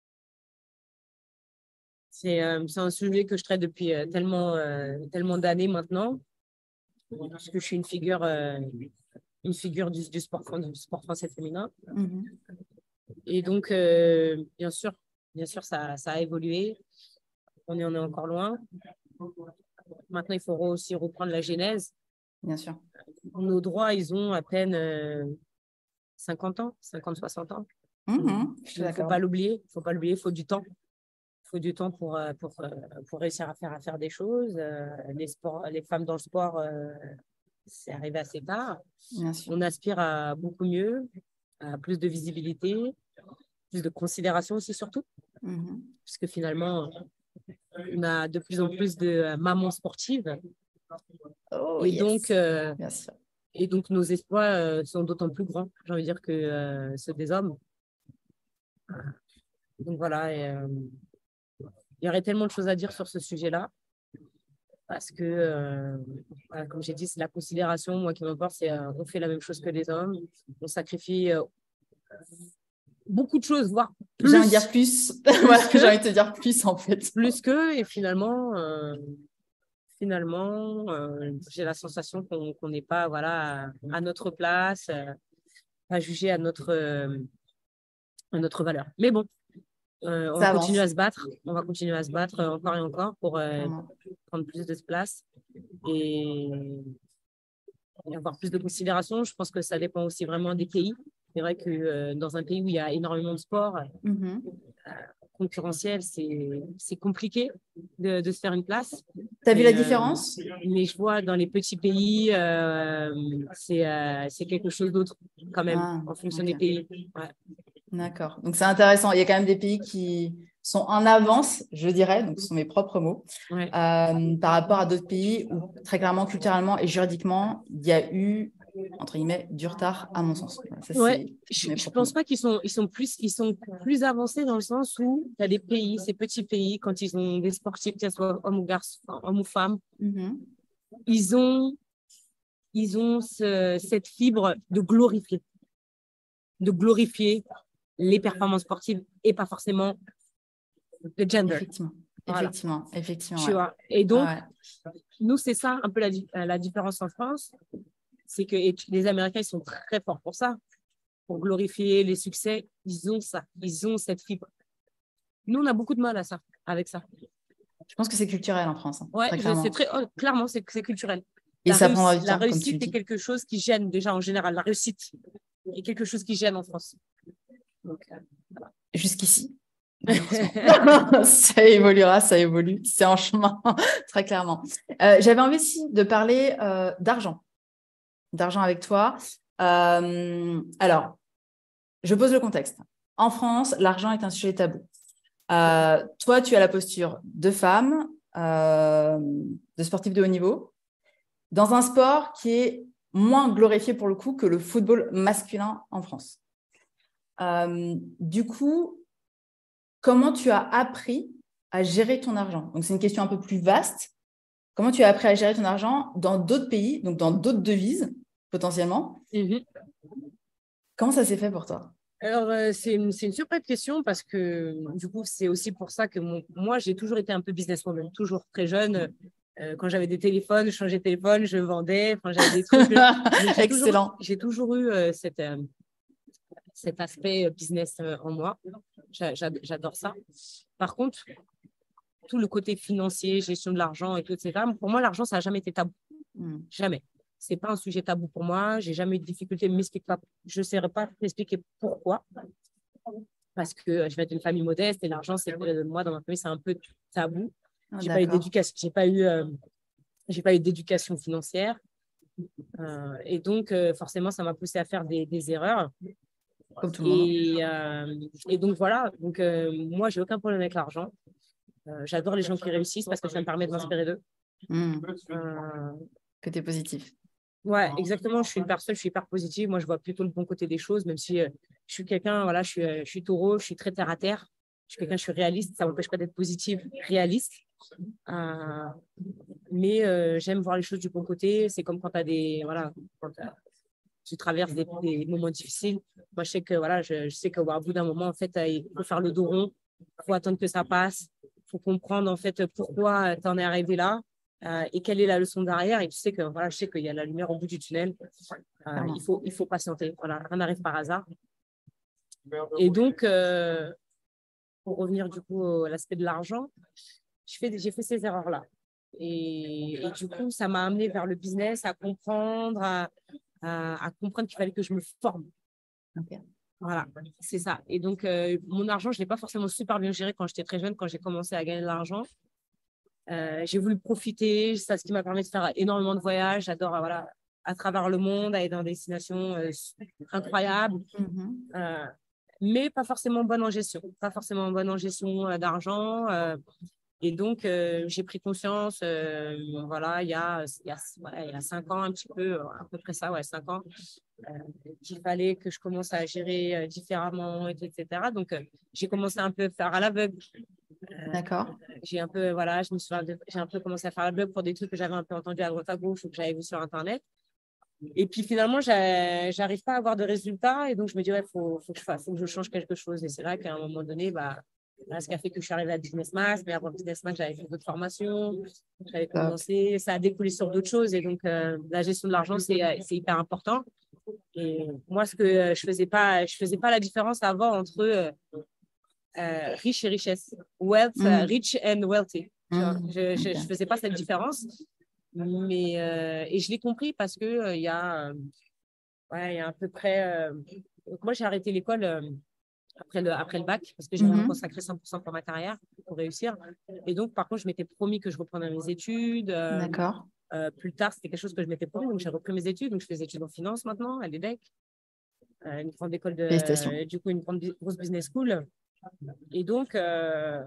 C'est, euh, c'est un sujet que je traite depuis euh, tellement, euh, tellement d'années maintenant, parce que je suis une figure, euh, une figure du, du, sport, du sport français féminin. Mm-hmm. Et donc, euh, bien sûr, bien sûr ça, ça a évolué. On en est encore loin. Maintenant, il faut aussi reprendre la genèse. Bien sûr. Nos droits, ils ont à peine euh, cinquante ans, cinquante, soixante ans. Mmh, il ne faut pas l'oublier. Il ne faut pas l'oublier, il faut du temps. Il faut du temps pour, pour, pour réussir à faire, à faire des choses. Les, sports, les femmes dans le sport, c'est arrivé assez tard. On aspire à beaucoup mieux, à plus de visibilité, plus de considération aussi surtout. Mmh. Parce que finalement, on a de plus en plus de mamans sportives. Oh, et, yes. donc, euh, et donc, nos espoirs euh, sont d'autant plus grands, j'ai envie de dire, que euh, ceux des hommes. Donc voilà, et, euh, il y aurait tellement de choses à dire sur ce sujet-là. Parce que, euh, voilà, comme j'ai dit, c'est la considération. Moi qui m'importe, c'est euh, on fait la même chose que les hommes. On sacrifie euh, beaucoup de choses, voire plus. J'ai envie de dire plus. plus voilà, que, j'ai envie de te dire plus, en fait. Plus que, et finalement, euh, finalement euh, j'ai la sensation qu'on n'est pas voilà, à, à notre place, euh, pas jugé à notre, euh, à notre valeur. Mais bon, euh, on va continuer à se battre. On va continuer à se battre euh, encore et encore pour euh, prendre plus de place et, et avoir plus de considération. Je pense que ça dépend aussi vraiment des pays. C'est vrai que euh, dans un pays où il y a énormément de sport mm-hmm. euh, concurrentiel, c'est compliqué de, de se faire une place. Tu as vu la euh, différence? Mais je vois dans les petits pays, euh, c'est euh, quelque chose d'autre quand même, ah, en fonction okay. des pays. Ouais. D'accord. Donc, c'est intéressant. Il y a quand même des pays qui sont en avance, je dirais, donc ce sont mes propres mots, ouais. euh, par rapport à d'autres pays où, très clairement, culturellement et juridiquement, il y a eu, entre guillemets, du retard, à mon sens. Ça, ouais. Je ne pense mots. pas qu'ils sont, ils sont, plus, ils sont plus avancés dans le sens où il y a des pays, ces petits pays, quand ils ont des sportifs, que ce soit hommes ou garçons, hommes ou femmes, mm-hmm. ils ont ils ont ce, cette fibre de glorifier, de glorifier les performances sportives et pas forcément le gender. Effectivement, Voilà. effectivement, effectivement. Tu Ouais. vois. Et donc, Ah ouais. nous, c'est ça un peu la, la différence en France, c'est que et les Américains, ils sont très forts pour ça, pour glorifier les succès. Ils ont ça, ils ont cette fibre. Nous, on a beaucoup de mal à ça, avec ça. Je pense que c'est culturel en France, hein, ouais, très clairement. C'est très, oh, clairement, c'est culturel. Et la ça réussite, prendra du la temps, comme tu réussite le est dis. quelque chose qui gêne déjà en général. La réussite est quelque chose qui gêne en France. Donc, euh, voilà. Jusqu'ici. Ça évoluera, ça évolue. C'est en chemin, très clairement. Euh, J'avais envie aussi de parler euh, d'argent, d'argent avec toi. Euh, alors, je pose le contexte. En France, l'argent est un sujet tabou. Euh, toi, tu as la posture de femme, euh, de sportif de haut niveau, dans un sport qui est moins glorifié pour le coup que le football masculin en France. Euh, du coup, comment tu as appris à gérer ton argent? Donc, c'est une question un peu plus vaste. Comment tu as appris à gérer ton argent dans d'autres pays, donc dans d'autres devises, potentiellement? Mm-hmm. Comment ça s'est fait pour toi? Alors, euh, c'est une, une super question parce que, du coup, c'est aussi pour ça que mon, moi, j'ai toujours été un peu businesswoman, toujours très jeune. Euh, quand j'avais des téléphones, je changeais de téléphone, je vendais, enfin, j'avais des trucs. J'ai Excellent. Toujours, j'ai toujours eu euh, cette, euh, cet aspect business euh, en moi. J'adore ça. Par contre, tout le côté financier, gestion de l'argent et tout, et cetera, pour moi, l'argent, ça n'a jamais été tabou. Mm. Jamais. C'est pas un sujet tabou pour moi. J'ai jamais eu de difficulté. M'explique pas. Je ne saurais pas t'expliquer pourquoi. Parce que je vais être une famille modeste et l'argent, c'est moi dans ma famille, c'est un peu tabou. Oh, j'ai pas eu d'éducation. J'ai pas eu. Euh, j'ai pas eu d'éducation financière. Euh, et donc, euh, forcément, ça m'a poussé à faire des, des erreurs. Comme tout le monde. Et, euh, et donc, voilà. Donc, euh, moi, j'ai aucun problème avec l'argent. Euh, j'adore les gens qui réussissent parce que ça me permet de m'inspirer d'eux. Mmh. Euh... Côté positif. Ouais, exactement. Je suis une personne, je suis hyper positive. Moi, je vois plutôt le bon côté des choses, même si euh, je suis quelqu'un, voilà, je suis, euh, je suis taureau, je suis très terre à terre. Je suis quelqu'un, je suis réaliste. Ça ne m'empêche pas d'être positive, réaliste. Euh, mais euh, j'aime voir les choses du bon côté. C'est comme quand tu as des, voilà, quand tu traverses des, des moments difficiles. Moi, je sais que, voilà, je, je sais qu'au bout d'un moment, en fait, il faut faire le dos rond. Il faut attendre que ça passe. Il faut comprendre, en fait, pourquoi tu en es arrivé là. Euh, et quelle est la leçon derrière. Et tu sais que voilà, je sais qu'il y a la lumière au bout du tunnel. Euh, il faut, il faut patienter. Voilà, rien n'arrive par hasard. Et donc, euh, pour revenir du coup à l'aspect de l'argent, j'ai fait ces erreurs-là. Et, et du coup, ça m'a amené vers le business, à comprendre, à, à, à comprendre qu'il fallait que je me forme. Okay. Voilà, c'est ça. Et donc, euh, mon argent, je ne l'ai pas forcément super bien géré quand j'étais très jeune, quand j'ai commencé à gagner de l'argent. Euh, j'ai voulu profiter, c'est ce qui m'a permis de faire énormément de voyages. J'adore voilà, à travers le monde, aller dans des destinations euh, incroyables, mm-hmm. euh, mais pas forcément bonne en gestion, pas forcément bonne en gestion euh, d'argent. Euh, et donc, euh, j'ai pris conscience, euh, voilà, il y a, il y a, ouais, il y a cinq ans, un petit peu, à peu près ça, ouais, cinq ans, euh, qu'il fallait que je commence à gérer euh, différemment, et cetera. Donc, euh, j'ai commencé un peu à faire à l'aveugle. Euh, D'accord. J'ai un peu, voilà, je me suis, j'ai un peu commencé à faire la blog pour des trucs que j'avais un peu entendus à droite à gauche ou que j'avais vu sur Internet. Et puis finalement, j'arrive pas à avoir de résultats. Et donc, je me dis, ouais, il faut, faut, que je fasse, faut que je change quelque chose. Et c'est là qu'à un moment donné, bah, là, ce qui a fait que je suis arrivée à Business Max. Mais avant Business Max, j'avais fait d'autres formations. J'avais commencé. Ça a découlé sur d'autres choses. Et donc, euh, la gestion de l'argent, c'est hyper important. Et moi, ce que je faisais pas, je faisais pas la différence avant entre euh, Euh, riche et richesse, wealth, mm. uh, rich and wealthy. Mm. Je ne okay. faisais pas cette différence, mais euh, et je l'ai compris parce que il euh, y a, euh, ouais, il y a à peu près. Euh, moi, j'ai arrêté l'école euh, après le après le bac parce que j'ai mm-hmm. consacré cent pour cent pour ma carrière pour réussir. Et donc, par contre, je m'étais promis que je reprendrais mes études. Euh, D'accord. Euh, plus tard, c'était quelque chose que je m'étais promis, donc j'ai repris mes études. Donc, je fais des études en finance maintenant à l'E D E C, euh, une grande école de, euh, du coup, une grande grosse business school. Et donc, euh...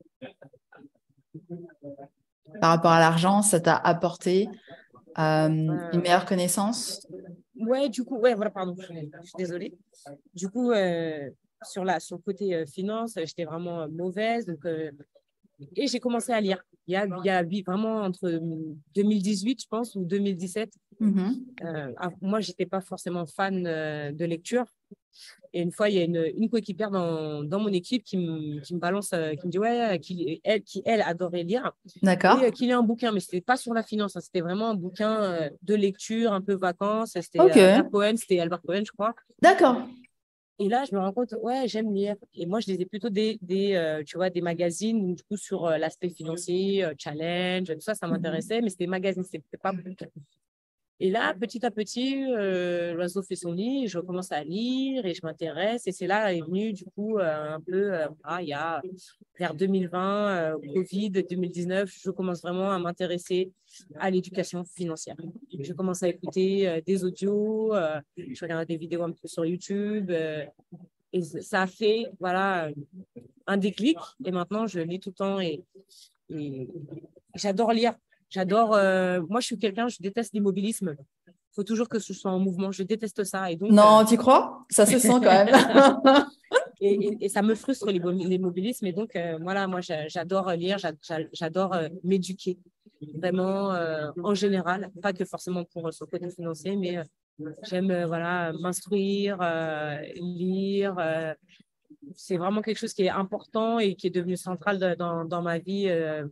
par rapport à l'argent, ça t'a apporté euh, euh... une meilleure connaissance? Ouais, du coup, ouais, voilà, pardon, je suis, je suis désolée. Du coup, euh, sur, la, sur le côté euh, finance, j'étais vraiment mauvaise. Donc, euh... et j'ai commencé à lire. Il y a, il y a vraiment entre deux mille dix-huit, je pense, ou deux mille dix-sept, Mmh. Euh, moi, je n'étais pas forcément fan euh, de lecture. Et une fois, il y a une, une coéquipière dans, dans mon équipe qui me, qui me balance, euh, qui me dit, ouais, qui, elle, qui, elle adorait lire et euh, D'accord. qu'il ait un bouquin, mais ce n'était pas sur la finance, hein, c'était vraiment un bouquin euh, de lecture, un peu vacances. C'était Ok. euh, vers Cohen, c'était Albert Cohen, je crois. D'accord. Et là, je me rends compte, ouais, j'aime lire. Et moi, je lisais plutôt des, des, euh, tu vois, des magazines, donc, du coup, sur euh, l'aspect financier, euh, challenge, tout ça, ça Mhm. m'intéressait, mais c'était des magazines, c'était pas bouquin. Et là, petit à petit, euh, l'oiseau fait son nid, je commence à lire et je m'intéresse. Et c'est là est venu, du coup, euh, un peu, euh, ah, il y a vers deux mille vingt, euh, Covid, deux mille dix-neuf, je commence vraiment à m'intéresser à l'éducation financière. Je commence à écouter euh, des audios, euh, je regarde des vidéos un peu sur YouTube. Euh, et ça a fait, voilà, un déclic. Et maintenant, je lis tout le temps et, et j'adore lire. J'adore. Euh, moi, je suis quelqu'un, je déteste l'immobilisme. Il faut toujours que je sois en mouvement. Je déteste ça. Et donc, euh, Non, tu crois? Ça se sent quand même. et, et, et ça me frustre l'immobilisme. Et donc, euh, voilà, moi, j'adore lire, j'adore euh, m'éduquer. Vraiment, euh, en général, pas que forcément pour son côté financier, mais euh, j'aime euh, voilà, m'instruire, euh, lire. Euh, c'est vraiment quelque chose qui est important et qui est devenu central de, dans, dans ma vie. Euh,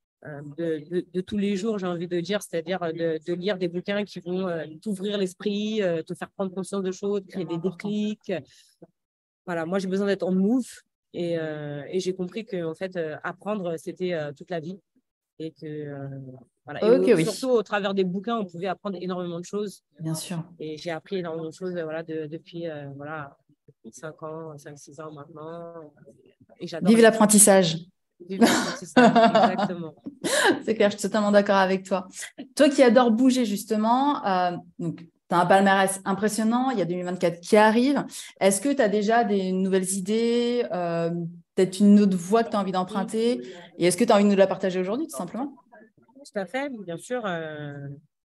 De, de, de, tous les jours, j'ai envie de dire, c'est-à-dire de, de lire des bouquins qui vont euh, t'ouvrir l'esprit, euh, te faire prendre conscience de choses, créer des déclics. Voilà, moi, j'ai besoin d'être en move et, euh, et j'ai compris que en fait, euh, apprendre, c'était euh, toute la vie. Et que, euh, voilà. Et Ok, au, oui, surtout, au travers des bouquins, on pouvait apprendre énormément de choses. bien sûr. Et j'ai appris énormément de choses euh, voilà, de, depuis euh, voilà, cinq ans, cinq six ans maintenant. Et j'adore Vive lire. l'apprentissage. Vive l'apprentissage, exactement. C'est clair, je suis totalement d'accord avec toi. Toi qui adores bouger, justement, euh, donc, tu as un palmarès impressionnant, il y a deux mille vingt-quatre qui arrive. Est-ce que tu as déjà des nouvelles idées, euh, peut-être une autre voie que tu as envie d'emprunter? Et est-ce que tu as envie de nous la partager aujourd'hui, tout simplement? Tout à fait, bien sûr. Euh,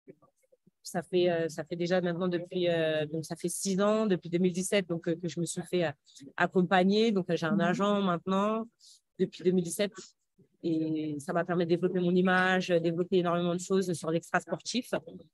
ça fait, euh, ça fait déjà maintenant depuis, euh, donc ça fait six ans, depuis deux mille dix-sept, donc, euh, que je me suis fait euh, accompagner. Donc, euh, j'ai un Mhm. agent maintenant depuis deux mille dix-sept et ça m'a permis de développer mon image, euh, développer énormément de choses sur l'extra sportif.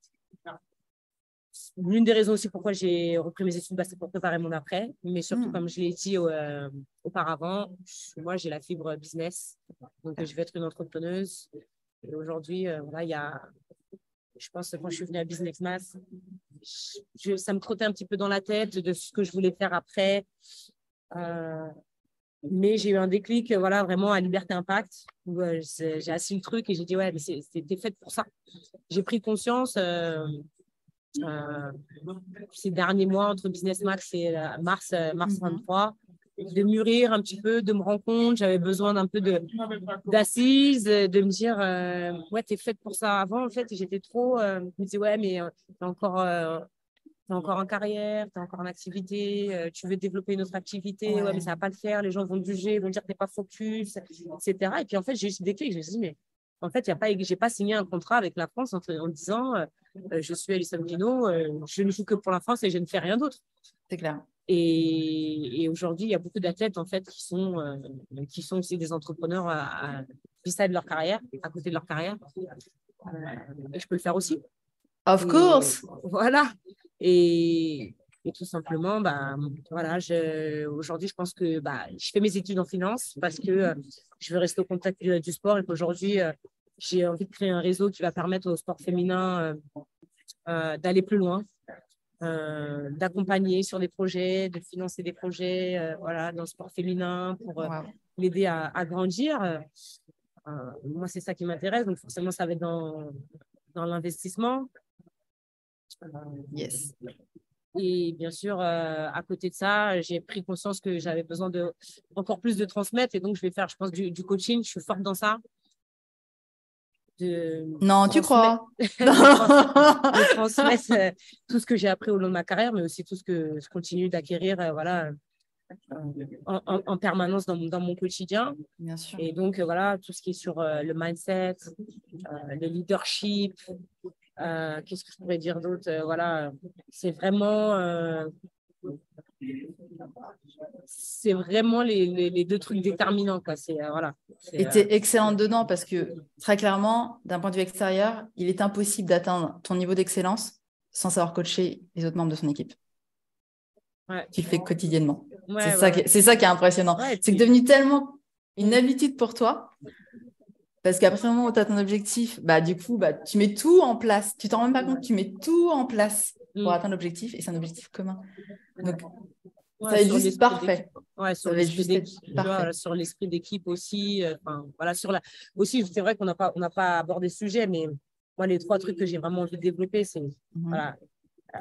L'une des raisons aussi pourquoi j'ai repris mes études, bah, c'est pour préparer mon après, mais surtout, Mhm. comme je l'ai dit euh, auparavant, moi, j'ai la fibre business, donc euh, je vais être une entrepreneuse. Et aujourd'hui, euh, voilà, il y a, je pense que quand je suis venue à Business Mass, je, ça me trottait un petit peu dans la tête de ce que je voulais faire après. Euh, mais j'ai eu un déclic, voilà, vraiment à Liberté Impact, où euh, j'ai assis le truc et j'ai dit, ouais, mais c'était fait pour ça. J'ai pris conscience euh, euh, ces derniers mois, entre Business Max et euh, mars, euh, mars Mhm. vingt-trois, de mûrir un petit peu, de me rendre compte. J'avais besoin d'un peu de d'assises, de me dire, euh, ouais, t'es faite pour ça. Avant, en fait, j'étais trop, euh, je me disais, ouais, mais euh, t'es encore, euh, t'es encore en carrière, t'es encore en activité, euh, tu veux développer une autre activité, ouais, mais Ouais. ça va pas le faire, les gens vont te juger, vont dire que t'es pas focus, et cetera. Et puis, en fait, j'ai eu ce déclic, je me suis dit, mais en fait, y a pas, j'ai pas signé un contrat avec la France en, en disant, euh, euh, je suis Alison Pino, euh, je ne joue que pour la France et je ne fais rien d'autre. C'est clair. Et, et aujourd'hui, il y a beaucoup d'athlètes en fait qui sont, euh, qui sont aussi des entrepreneurs à, à beside de leur carrière, à côté de leur carrière. Euh, et je peux le faire aussi. Of Et course. voilà. Et, et tout simplement, bah, voilà, je, aujourd'hui, je pense que bah, je fais mes études en finance parce que euh, je veux rester au contact du, du sport et qu'aujourd'hui, euh, j'ai envie de créer un réseau qui va permettre au sport féminin euh, euh, d'aller plus loin, euh, d'accompagner sur des projets, de financer des projets euh, voilà, dans le sport féminin pour euh, Wow. l'aider à, à grandir. Euh, moi, c'est ça qui m'intéresse. Donc, forcément, ça va être dans, dans l'investissement. Yes. Et bien sûr, euh, à côté de ça, j'ai pris conscience que j'avais besoin de encore plus de transmettre. Et donc, je vais faire, je pense, du, du coaching. Je suis forte dans ça. De Non, tu transmettre, crois? de, trans, de transmettre euh, tout ce que j'ai appris au long de ma carrière, mais aussi tout ce que je continue d'acquérir euh, voilà, euh, en, en, en, permanence dans, dans mon quotidien. Bien sûr. Et donc, euh, voilà, tout ce qui est sur euh, le mindset, euh, le leadership, euh, qu'est-ce que je pourrais dire d'autre euh, voilà, c'est vraiment euh, c'est vraiment les, les, les deux trucs déterminants, quoi. C'est, euh, voilà. C'est, Et tu es euh... excellente dedans parce que très clairement, d'un point de vue extérieur, il est impossible d'atteindre ton niveau d'excellence sans savoir coacher les autres membres de son équipe. Ouais. Tu le fais quotidiennement. Ouais, c'est, ouais, ça ouais. qui, c'est ça qui est impressionnant. Ouais, c'est puis... que devenu tellement une habitude pour toi. Parce qu'à partir du moment où tu as ton objectif, bah, du coup, bah, tu mets tout en place. Tu t'en rends même pas compte, tu mets tout en place pour mm. atteindre l'objectif et c'est un objectif commun. Donc, ouais, ça va être juste parfait. Ouais, sur ça va être juste d'équipe, parfait. vois, sur l'esprit d'équipe aussi. Euh, voilà, sur la... Aussi, c'est vrai qu'on n'a pas, on n'a pas abordé ce sujet, mais moi, les trois trucs que j'ai vraiment envie de développer, c'est mm-hmm. voilà, euh,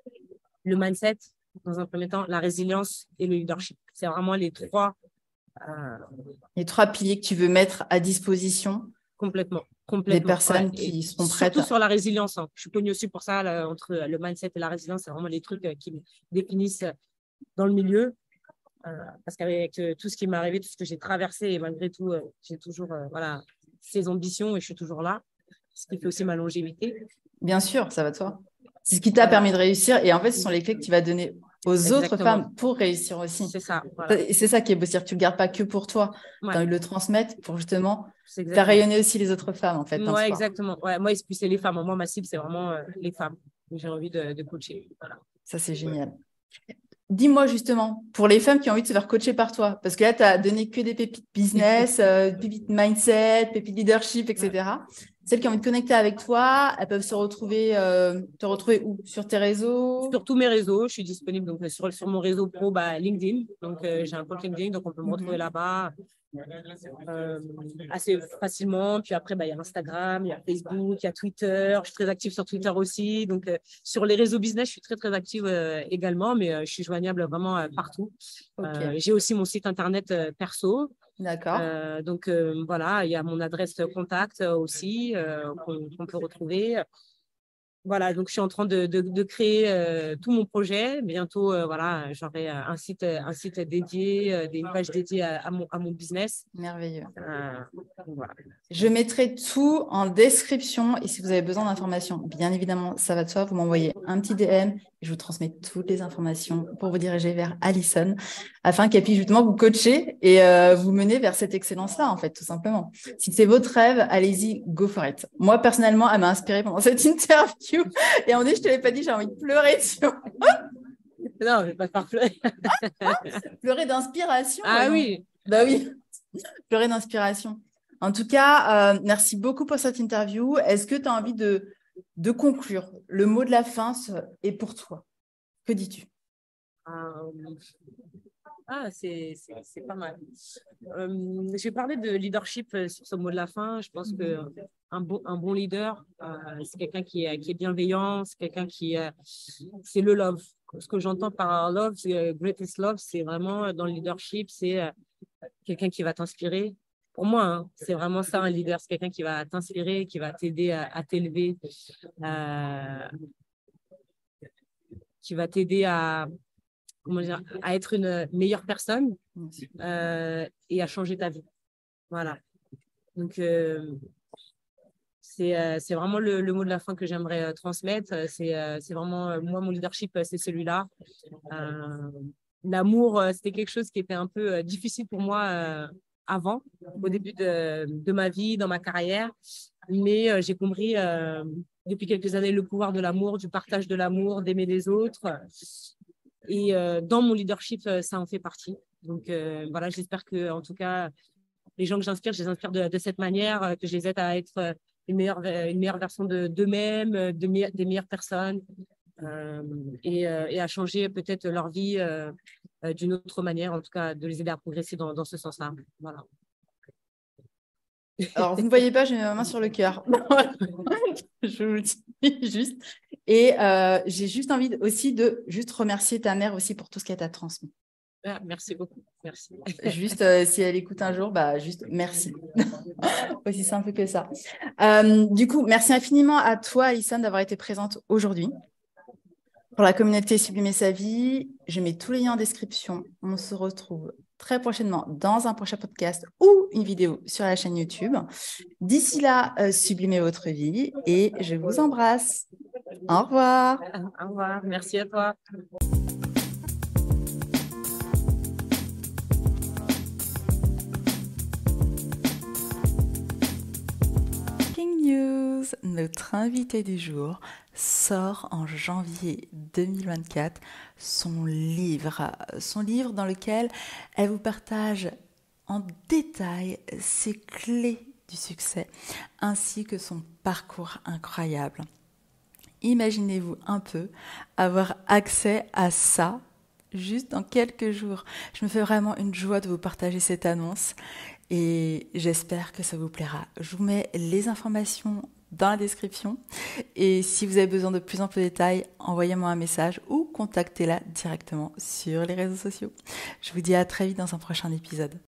le mindset, dans un premier temps, la résilience et le leadership. C'est vraiment les trois. Euh... Les trois piliers que tu veux mettre à disposition. Complètement. Complètement. Des personnes ouais. qui seront prêtes. Surtout à... sur la résilience. Hein. Je suis connue aussi pour ça, là, entre le mindset et la résilience, c'est vraiment les trucs euh, qui me définissent dans le milieu. Euh, parce qu'avec euh, tout ce qui m'est arrivé, tout ce que j'ai traversé, et malgré tout, euh, j'ai toujours euh, voilà, ces ambitions et je suis toujours là. Ce qui fait aussi ma longévité. Bien sûr, ça va de soi. C'est ce qui t'a voilà. permis de réussir. Et en fait, ce sont les clés que tu vas donner aux Exactement. autres femmes pour réussir aussi. C'est ça. Voilà. C'est ça qui est beau, c'est que tu ne le gardes pas que pour toi. Ouais. Tu as envie de le transmettre pour justement faire rayonner aussi les autres femmes, en fait. Oui, exactement. Ouais, moi, c'est les femmes. Moi, ma cible, c'est vraiment euh, les femmes que j'ai envie de, de coacher. Voilà. Ça, c'est génial. Dis-moi justement, pour les femmes qui ont envie de se faire coacher par toi, parce que là, tu as donné que des pépites business, euh, pépites mindset, pépites leadership, et cetera. Ouais. Celles qui ont envie de connecter avec toi, elles peuvent se retrouver, euh, te retrouver où? Sur tes réseaux? Sur tous mes réseaux, je suis disponible. Donc, sur, sur mon réseau pro, bah, LinkedIn. Donc, euh, j'ai un compte LinkedIn, donc on peut me retrouver mm-hmm. là-bas euh, assez facilement. Puis après, bah, il y a Instagram, il y a Facebook, il y a Twitter. Je suis très active sur Twitter aussi. Donc, euh, sur les réseaux business, je suis très, très active euh, également, mais euh, je suis joignable vraiment euh, partout. Okay. Euh, j'ai aussi mon site internet euh, perso. D'accord. Euh, donc, euh, voilà, il y a mon adresse contact aussi euh, qu'on, qu'on peut retrouver. Voilà, donc je suis en train de, de, de créer euh, tout mon projet. Bientôt, euh, voilà, j'aurai un site, un site dédié, euh, des pages dédiées à, à, mon, à mon business. Merveilleux. Euh, voilà. Je mettrai tout en description et si vous avez besoin d'informations, bien évidemment, ça va de soi, vous m'envoyez un petit D M et je vous transmets toutes les informations pour vous diriger vers Alison afin qu'elle puisse justement vous coacher et euh, vous mener vers cette excellence-là, en fait, tout simplement. Si c'est votre rêve, allez-y, go for it. Moi, personnellement, elle m'a inspirée pendant cette interview et on dit, je te l'ai pas dit, j'ai envie de pleurer dessus. Non, je vais pas te faire pleurer. Pleurer d'inspiration. Ah oui. Bah oui, pleurer d'inspiration. En tout cas, euh, merci beaucoup pour cette interview. Est-ce que tu as envie de, de conclure? Le mot de la fin est pour toi. Que dis-tu? euh... Ah, c'est, c'est, c'est pas mal. Euh, je vais parler de leadership sur ce mot de la fin. Je pense qu'un bon, un bon leader, euh, c'est quelqu'un qui est, qui est bienveillant, c'est quelqu'un qui euh, c'est le love. Ce que j'entends par love, c'est greatest love, c'est vraiment dans le leadership, c'est euh, quelqu'un qui va t'inspirer. Pour moi, hein, c'est vraiment ça un leader, c'est quelqu'un qui va t'inspirer, qui va t'aider à, à t'élever, euh, qui va t'aider à, comment dire, à être une meilleure personne euh, et à changer ta vie. Voilà. Donc, euh, c'est, euh, c'est vraiment le, le mot de la fin que j'aimerais euh, transmettre. C'est, euh, c'est vraiment, euh, moi, mon leadership, c'est celui-là. Euh, l'amour, euh, c'était quelque chose qui était un peu euh, difficile pour moi euh, avant, au début de, de ma vie, dans ma carrière. Mais euh, j'ai compris euh, depuis quelques années le pouvoir de l'amour, du partage de l'amour, d'aimer les autres. Et euh, dans mon leadership, ça en fait partie. Donc euh, voilà, j'espère que, en tout cas, les gens que j'inspire, je les inspire de, de cette manière, que je les aide à être une meilleure, une meilleure version de, d'eux-mêmes, de me, des meilleures personnes, euh, et, euh, et à changer peut-être leur vie euh, d'une autre manière, en tout cas, de les aider à progresser dans, dans ce sens-là. Voilà. Alors, vous ne voyez pas, j'ai ma main sur le cœur. Je vous le dis juste. Et euh, j'ai juste envie aussi de juste remercier ta mère aussi pour tout ce qu'elle t'a transmis. Ah, merci beaucoup. Merci. Juste, euh, si elle écoute un jour, bah, juste merci. Aussi simple que ça. Euh, du coup, merci infiniment à toi, Alison, d'avoir été présente aujourd'hui. Pour la communauté Sublimer sa vie, je mets tous les liens en description. On se retrouve très prochainement dans un prochain podcast ou une vidéo sur la chaîne YouTube. D'ici là, euh, sublimez votre vie et je vous embrasse. Au revoir. Au revoir. Merci à toi. notre invitée du jour sort en janvier deux mille vingt-quatre son livre, son livre dans lequel elle vous partage en détail ses clés du succès ainsi que son parcours incroyable. Imaginez-vous un peu avoir accès à ça juste dans quelques jours. Je me fais vraiment une joie de vous partager cette annonce et j'espère que ça vous plaira. Je vous mets les informations dans la description et si vous avez besoin de plus en plus de détails, envoyez-moi un message ou contactez-la directement sur les réseaux sociaux. Je vous dis à très vite dans un prochain épisode.